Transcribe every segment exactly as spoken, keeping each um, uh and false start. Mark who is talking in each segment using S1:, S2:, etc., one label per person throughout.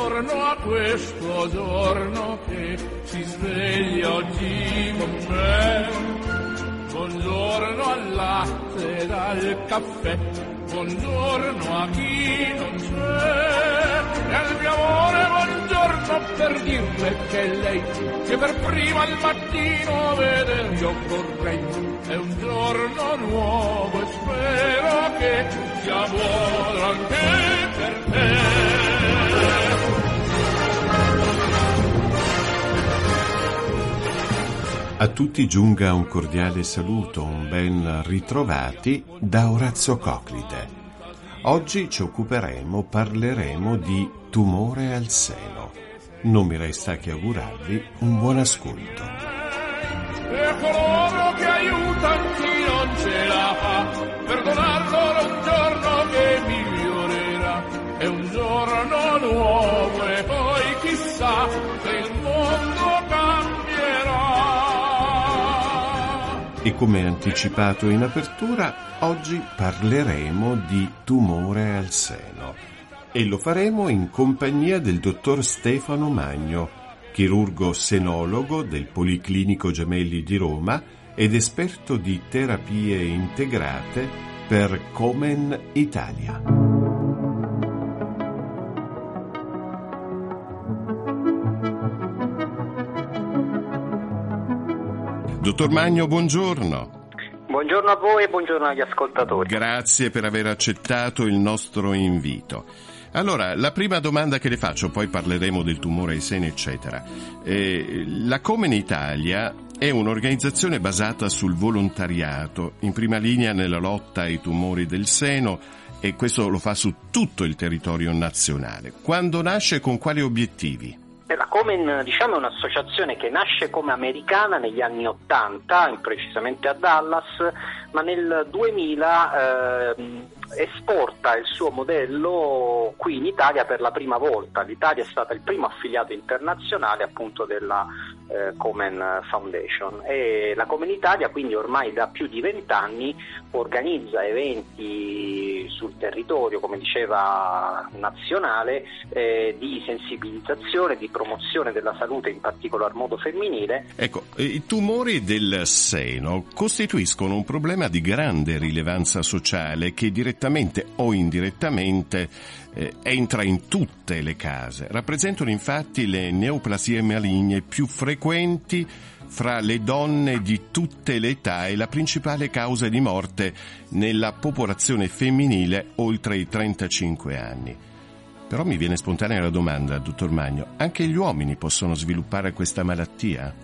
S1: Buongiorno a questo giorno che si sveglia oggi con me. Buongiorno al latte e al caffè. Buongiorno a chi non c'è. E al mio amore buongiorno per dirle che lei che per prima al mattino veder io vorrei. È un giorno nuovo e spero che sia buono anche per te.
S2: A tutti giunga un cordiale saluto, un ben ritrovati da Orazio Coclite. Oggi ci occuperemo, parleremo di tumore al seno. Non mi resta che augurarvi un buon ascolto.
S1: E coloro che aiutano chi non ce la fa, perdonarlo un giorno che migliorerà. È un giorno nuovo e poi chissà se il mondo cambierà.
S2: E come anticipato in apertura, oggi parleremo di tumore al seno e lo faremo in compagnia del dottor Stefano Magno, chirurgo senologo del Policlinico Gemelli di Roma ed esperto di terapie integrate per Komen Italia. Dottor Magno, buongiorno.
S3: Buongiorno a voi e buongiorno agli ascoltatori.
S2: Grazie per aver accettato il nostro invito. Allora, la prima domanda che le faccio, poi parleremo del tumore ai seni, eccetera. Eh, la Komen Italia è un'organizzazione basata sul volontariato, in prima linea nella lotta ai tumori del seno, e questo lo fa su tutto il territorio nazionale. Quando nasce, con quali obiettivi?
S3: La Komen, diciamo, è un'associazione che nasce come americana negli anni ottanta, precisamente a Dallas, ma nel duemila eh, esporta il suo modello qui in Italia per la prima volta. L'Italia è stata il primo affiliato internazionale appunto della eh, Komen Foundation, e la Komen Italia quindi ormai da più di vent'anni organizza eventi sul territorio, come diceva, nazionale, eh, di sensibilizzazione, di promozione della salute, in particolar modo femminile.
S2: Ecco, i tumori del seno costituiscono un problema di grande rilevanza sociale che direttamente o indirettamente eh, entra in tutte le case. Rappresentano infatti le neoplasie maligne più frequenti fra le donne di tutte le età e la principale causa di morte nella popolazione femminile oltre i trentacinque anni. Però mi viene spontanea la domanda, dottor Magno, anche gli uomini possono sviluppare questa malattia?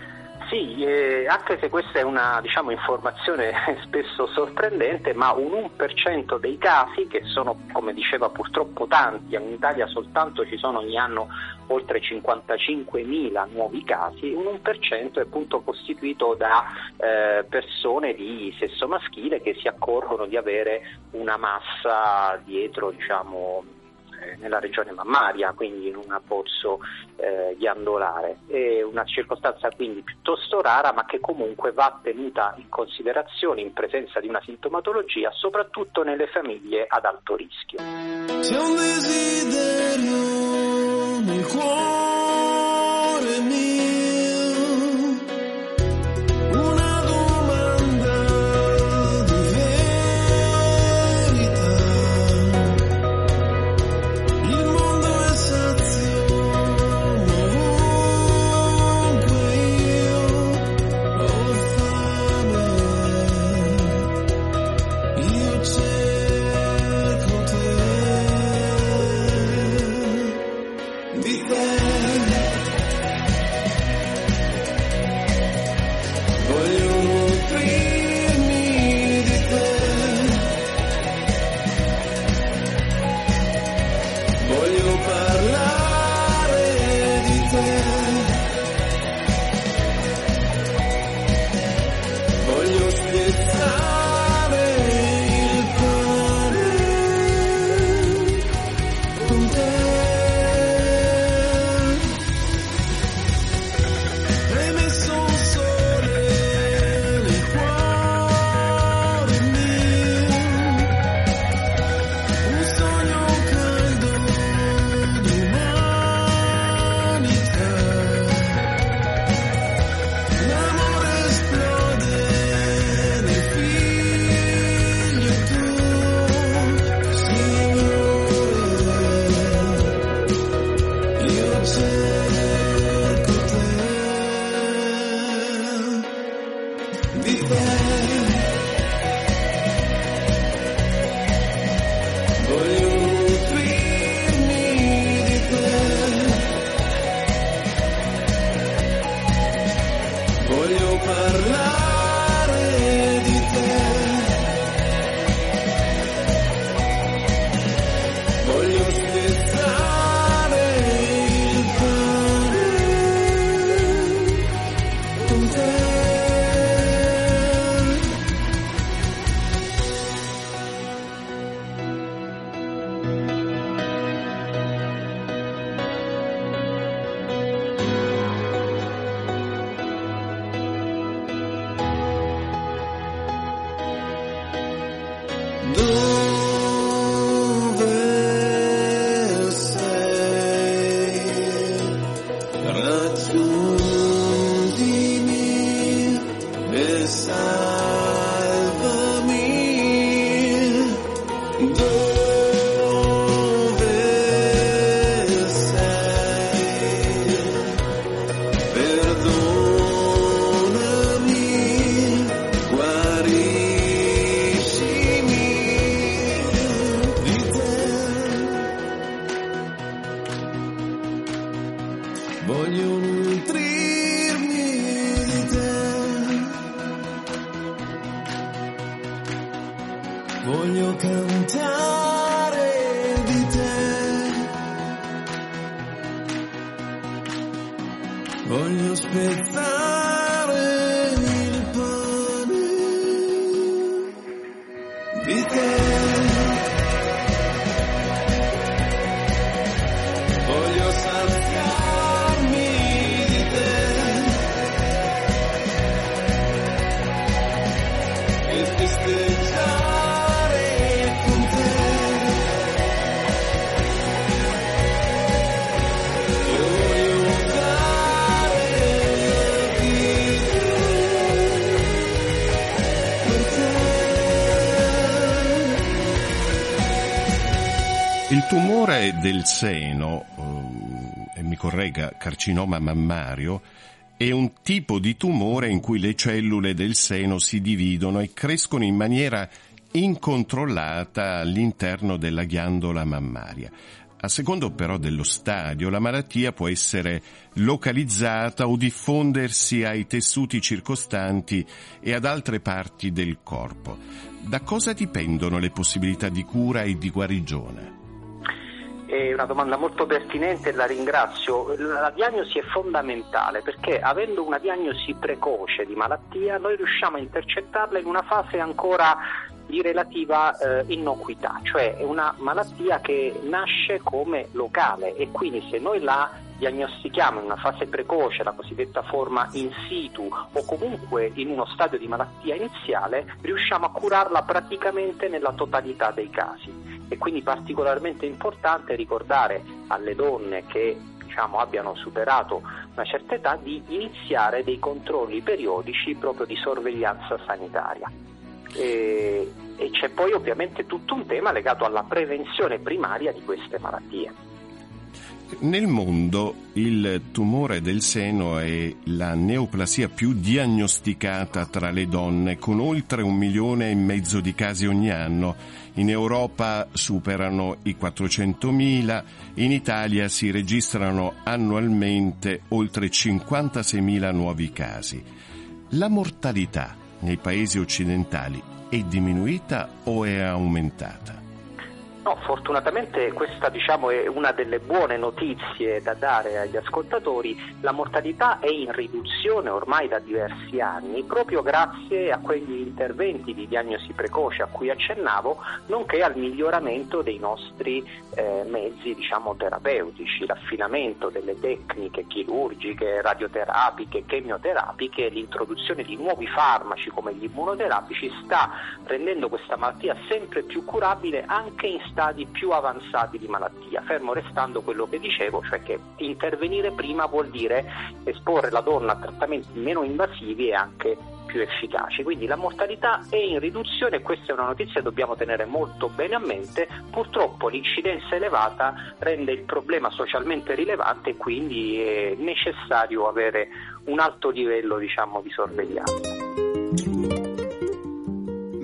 S3: Sì, eh, anche se questa è una, diciamo, informazione spesso sorprendente, ma un uno per cento dei casi, che sono, come diceva, purtroppo tanti, in Italia soltanto ci sono ogni anno oltre cinquantacinquemila nuovi casi, un uno per cento è appunto costituito da eh, persone di sesso maschile che si accorgono di avere una massa dietro, diciamo, nella regione mammaria, quindi in un abbozzo eh, ghiandolare. È una circostanza quindi piuttosto rara, ma che comunque va tenuta in considerazione in presenza di una sintomatologia, soprattutto nelle famiglie ad alto rischio.
S4: C'è un desiderio nel cuore mio, una domanda di verità. Il mondo è sazio ovunque io ho fame. Io cerco te, di te. di te. Voglio nutrirmi di te. Voglio parlare di te. Voglio spezzare il pane con te. Dove sei? Raggiungimi e salvami. Dove sei? Perdonami, guariscimi di te. Voglio nutrirmi di te. Voglio cantare di te. Voglio spezzare il pane di te. Voglio saziarmi di te e festeggiare con te. Voglio dare la vita per te.
S2: Il tumore del seno, eh, e mi corregga, carcinoma mammario, è un tipo di tumore in cui le cellule del seno si dividono e crescono in maniera incontrollata all'interno della ghiandola mammaria. A secondo però dello stadio, la malattia può essere localizzata o diffondersi ai tessuti circostanti e ad altre parti del corpo. Da cosa dipendono le possibilità di cura e di guarigione?
S3: È una domanda molto pertinente e la ringrazio. La diagnosi è fondamentale perché avendo una diagnosi precoce di malattia noi riusciamo a intercettarla in una fase ancora di relativa eh, innocuità, cioè è una malattia che nasce come locale e quindi se noi la diagnostichiamo in una fase precoce, la cosiddetta forma in situ o comunque in uno stadio di malattia iniziale, riusciamo a curarla praticamente nella totalità dei casi. E quindi particolarmente importante ricordare alle donne che diciamo abbiano superato una certa età di iniziare dei controlli periodici proprio di sorveglianza sanitaria. E, e c'è poi ovviamente tutto un tema legato alla prevenzione primaria di queste malattie.
S2: Nel mondo il tumore del seno è la neoplasia più diagnosticata tra le donne, con oltre un milione e mezzo di casi ogni anno. In Europa superano i quattrocentomila, in Italia si registrano annualmente oltre cinquantaseimila nuovi casi. La mortalità nei paesi occidentali è diminuita o è aumentata?
S3: No, fortunatamente questa diciamo è una delle buone notizie da dare agli ascoltatori. La mortalità è in riduzione ormai da diversi anni proprio grazie a quegli interventi di diagnosi precoce a cui accennavo, nonché al miglioramento dei nostri eh, mezzi diciamo terapeutici, l'affinamento delle tecniche chirurgiche, radioterapiche, chemioterapiche, l'introduzione di nuovi farmaci come gli immunoterapici sta rendendo questa malattia sempre più curabile anche in stadi più avanzati di malattia, fermo restando quello che dicevo, cioè che intervenire prima vuol dire esporre la donna a trattamenti meno invasivi e anche più efficaci. Quindi la mortalità è in riduzione e questa è una notizia che dobbiamo tenere molto bene a mente. Purtroppo l'incidenza elevata rende il problema socialmente rilevante e quindi è necessario avere un alto livello diciamo di sorveglianza.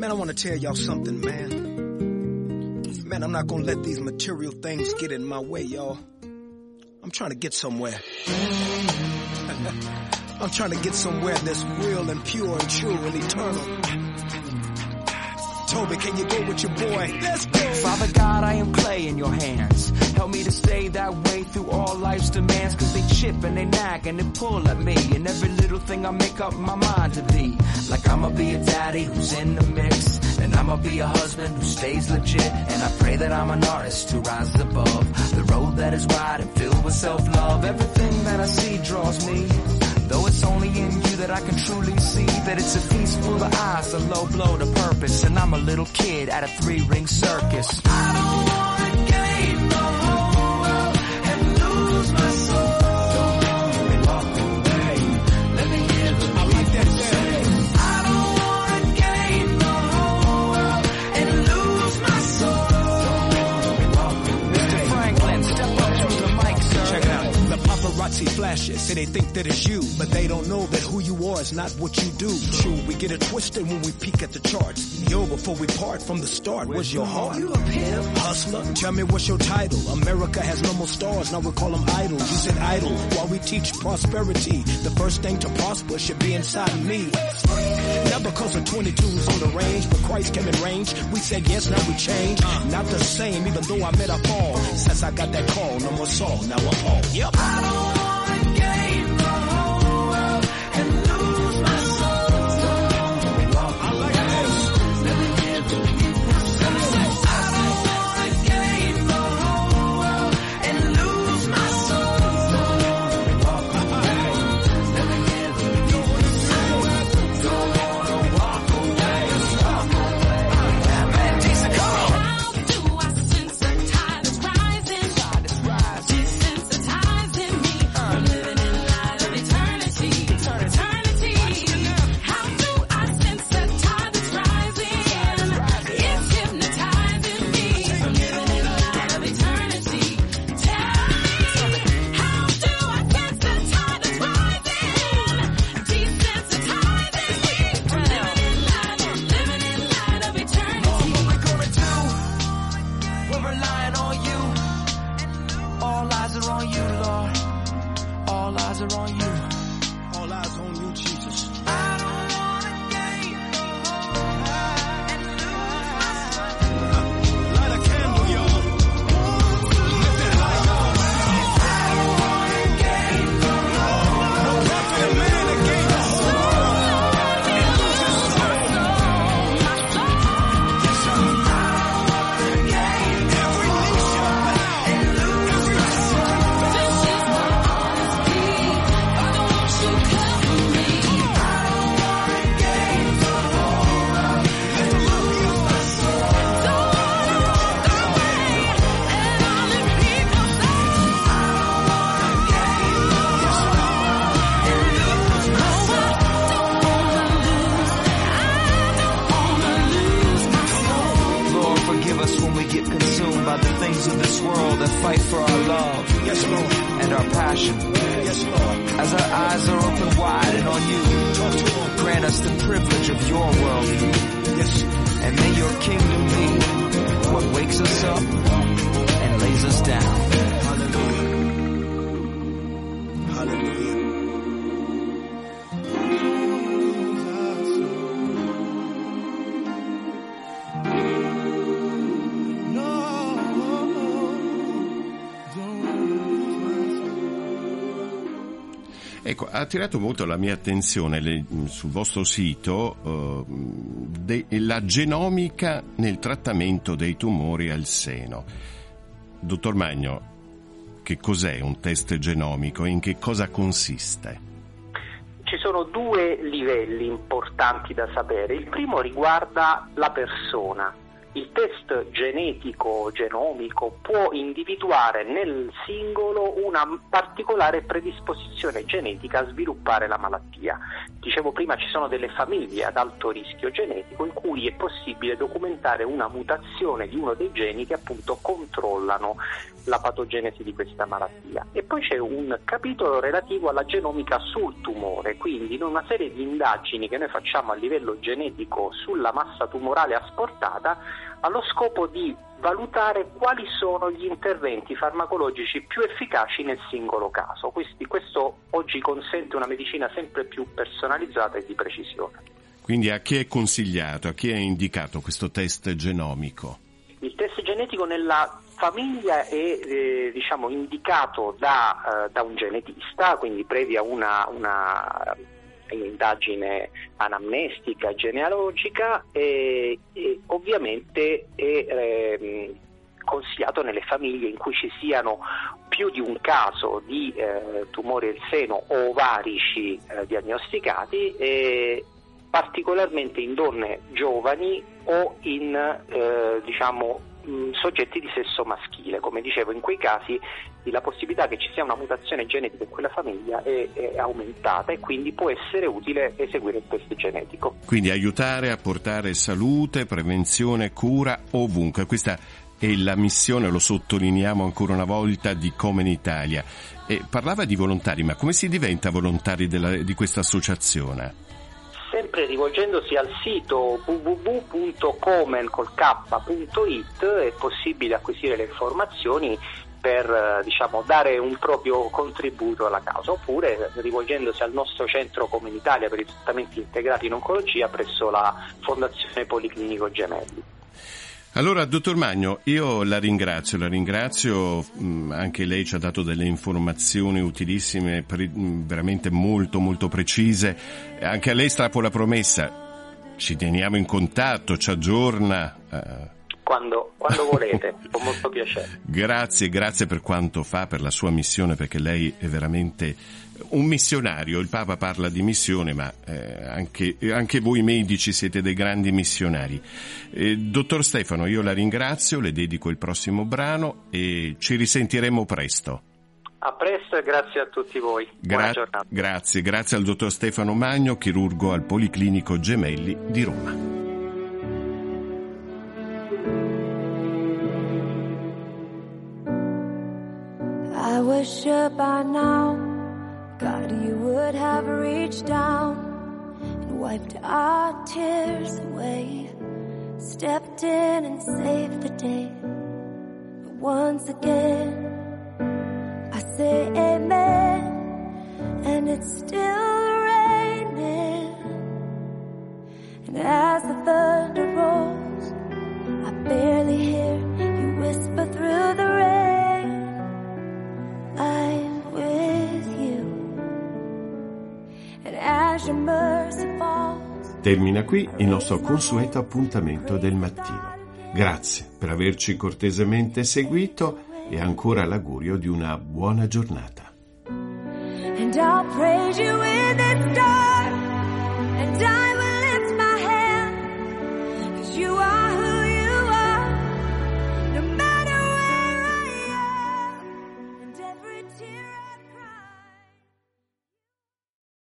S5: Man, I want to tell y'all something, man. Man, I'm not gonna let these material things get in my way, y'all. I'm trying to get somewhere. I'm trying to get somewhere that's real and pure and true and eternal. Toby, can you go with your boy? Let's go!
S6: Father God, I am clay in your hands. Help me to stay that way through all life's demands. Cause they chip and they nag and they pull at me. And every little thing I make up my mind to be. Like I'ma be a daddy who's in the mix. And I'ma be a husband who stays legit. And I pray that I'm an artist who rises above the road that is wide and filled with self-love. Everything that I see draws me. Though it's only in you that I can truly see that it's a feast full of eyes, a low blow to purpose. And I'm a little kid at a three-ring circus. I don't wanna gain the whole world and lose my soul. Don't walk away. Let me hear the I like that say. I don't wanna gain the whole world and lose my soul. Don't walk away. Mister Franklin, step up to the mic, sir.
S5: Check it out. The paparazzi flashes, say they think that it's you, but they don't know that who you are is not what you do. True, we get it twisted when we peek at the charts. Yo, before we part from the start, where's your heart?
S6: You a pimp?
S5: Hustler, tell me what's your title? America has no more stars, now we call them idols. You said idle, while we teach prosperity. The first thing to prosper should be inside of me. Not because of twenty-twos on the range, but Christ came in range. We said yes, now we change. Not the same, even though I met a fall. Since I got that call, no more Saul, now I'm all. Yep.
S6: I don't wanna gain the whole world and lose my soul. Don't walk away. Let me hear the people say. I don't wanna gain the whole world and lose my soul. Don't walk away. Let me hear the people say. Don't wanna walk away. Walk away. Man, Jason, come on.
S7: How do I sense a tide is rising? Desensitizing me from living in light of eternity. Eternity. How do I sense a tide is rising? It's hypnotizing me from living in light of eternity. Tell me, how do I sense a tide is rising? Desensitizing me from living in light, living in light of eternity.
S6: What we're gonna do? We're relying on you. All eyes are on you, Lord. All eyes are on you.
S5: All eyes on you, Jesus.
S6: I don't wanna gain the whole world and lose my soul.
S5: Light a candle, y'all. Lift it high, y'all.
S6: I don't wanna gain the whole world.
S5: Prophet and man that gave us every knee shall bow. Every
S6: Lord, forgive us when we get consumed by the things of this world that fight for our love
S5: Yes, Lord.
S6: and our passion.
S5: Yes, Lord.
S6: As our eyes are open wide and on you,
S5: Talk to him.
S6: grant us the privilege of your worldview.
S5: Yes.
S6: And may your kingdom be what wakes us up and lays us down.
S5: Hallelujah. Hallelujah.
S2: Ecco, ha attirato molto la mia attenzione le, sul vostro sito uh, de, la genomica nel trattamento dei tumori al seno. Dottor Magno, che cos'è un test genomico e in che cosa consiste?
S3: Ci sono due livelli importanti da sapere. Il primo riguarda la persona. il test genetico genomico può individuare nel singolo una particolare predisposizione genetica a sviluppare la malattia. Dicevo prima, ci sono delle famiglie ad alto rischio genetico in cui è possibile documentare una mutazione di uno dei geni che appunto controllano la patogenesi di questa malattia. E poi c'è un capitolo relativo alla genomica sul tumore, quindi in una serie di indagini che noi facciamo a livello genetico sulla massa tumorale asportata, allo scopo di valutare quali sono gli interventi farmacologici più efficaci nel singolo caso. Questi, questo oggi consente una medicina sempre più personalizzata e di precisione.
S2: Quindi a chi è consigliato, a chi è indicato questo test genomico? Il
S3: test genetico nella famiglia è eh, diciamo indicato da, uh, da un genetista, quindi previa una, una indagine anamnestica, genealogica, e, e ovviamente è eh, consigliato nelle famiglie in cui ci siano più di un caso di eh, tumori del seno o ovarici eh, diagnosticati, e particolarmente in donne giovani o in eh, diciamo soggetti di sesso maschile. Come dicevo, in quei casi la possibilità che ci sia una mutazione genetica in quella famiglia è, è aumentata, e quindi può essere utile eseguire il test genetico.
S2: Quindi aiutare a portare salute, prevenzione, cura ovunque. Questa è la missione, lo sottolineiamo ancora una volta, di Komen Italia. E parlava di volontari, ma come si diventa volontari della, di questa associazione?
S3: Sempre rivolgendosi al sito w w w punto komen col k punto it è possibile acquisire le informazioni per diciamo dare un proprio contributo alla causa, oppure rivolgendosi al nostro centro Komen Italia per i trattamenti integrati in oncologia presso la Fondazione Policlinico Gemelli.
S2: Allora, dottor Magno, io la ringrazio, la ringrazio, mh, anche lei ci ha dato delle informazioni utilissime, pre- veramente molto molto precise. Anche a lei strappo la promessa, ci teniamo in contatto, ci aggiorna. Eh.
S3: Quando, quando volete, con molto piacere.
S2: Grazie, grazie per quanto fa, per la sua missione, perché lei è veramente un missionario. Il Papa parla di missione, ma eh, anche, anche voi medici siete dei grandi missionari. Eh, dottor Stefano, io la ringrazio, le dedico il prossimo brano e ci risentiremo presto.
S3: A presto e grazie a tutti voi.
S2: Gra-
S3: Buona giornata.
S2: Grazie, grazie al dottor Stefano Magno, chirurgo al Policlinico Gemelli di Roma.
S8: I was sure by now, God, you would have reached down and wiped our tears away, stepped in and saved the day. But once again, I say amen, and it's still raining. And as the thunder rolls, I barely hear you whisper through the rain, I'm with you. And as your mercy falls.
S2: Termina qui il nostro consueto appuntamento del mattino. Grazie per averci cortesemente seguito e ancora l'augurio di una buona giornata.
S8: And I'll praise you in this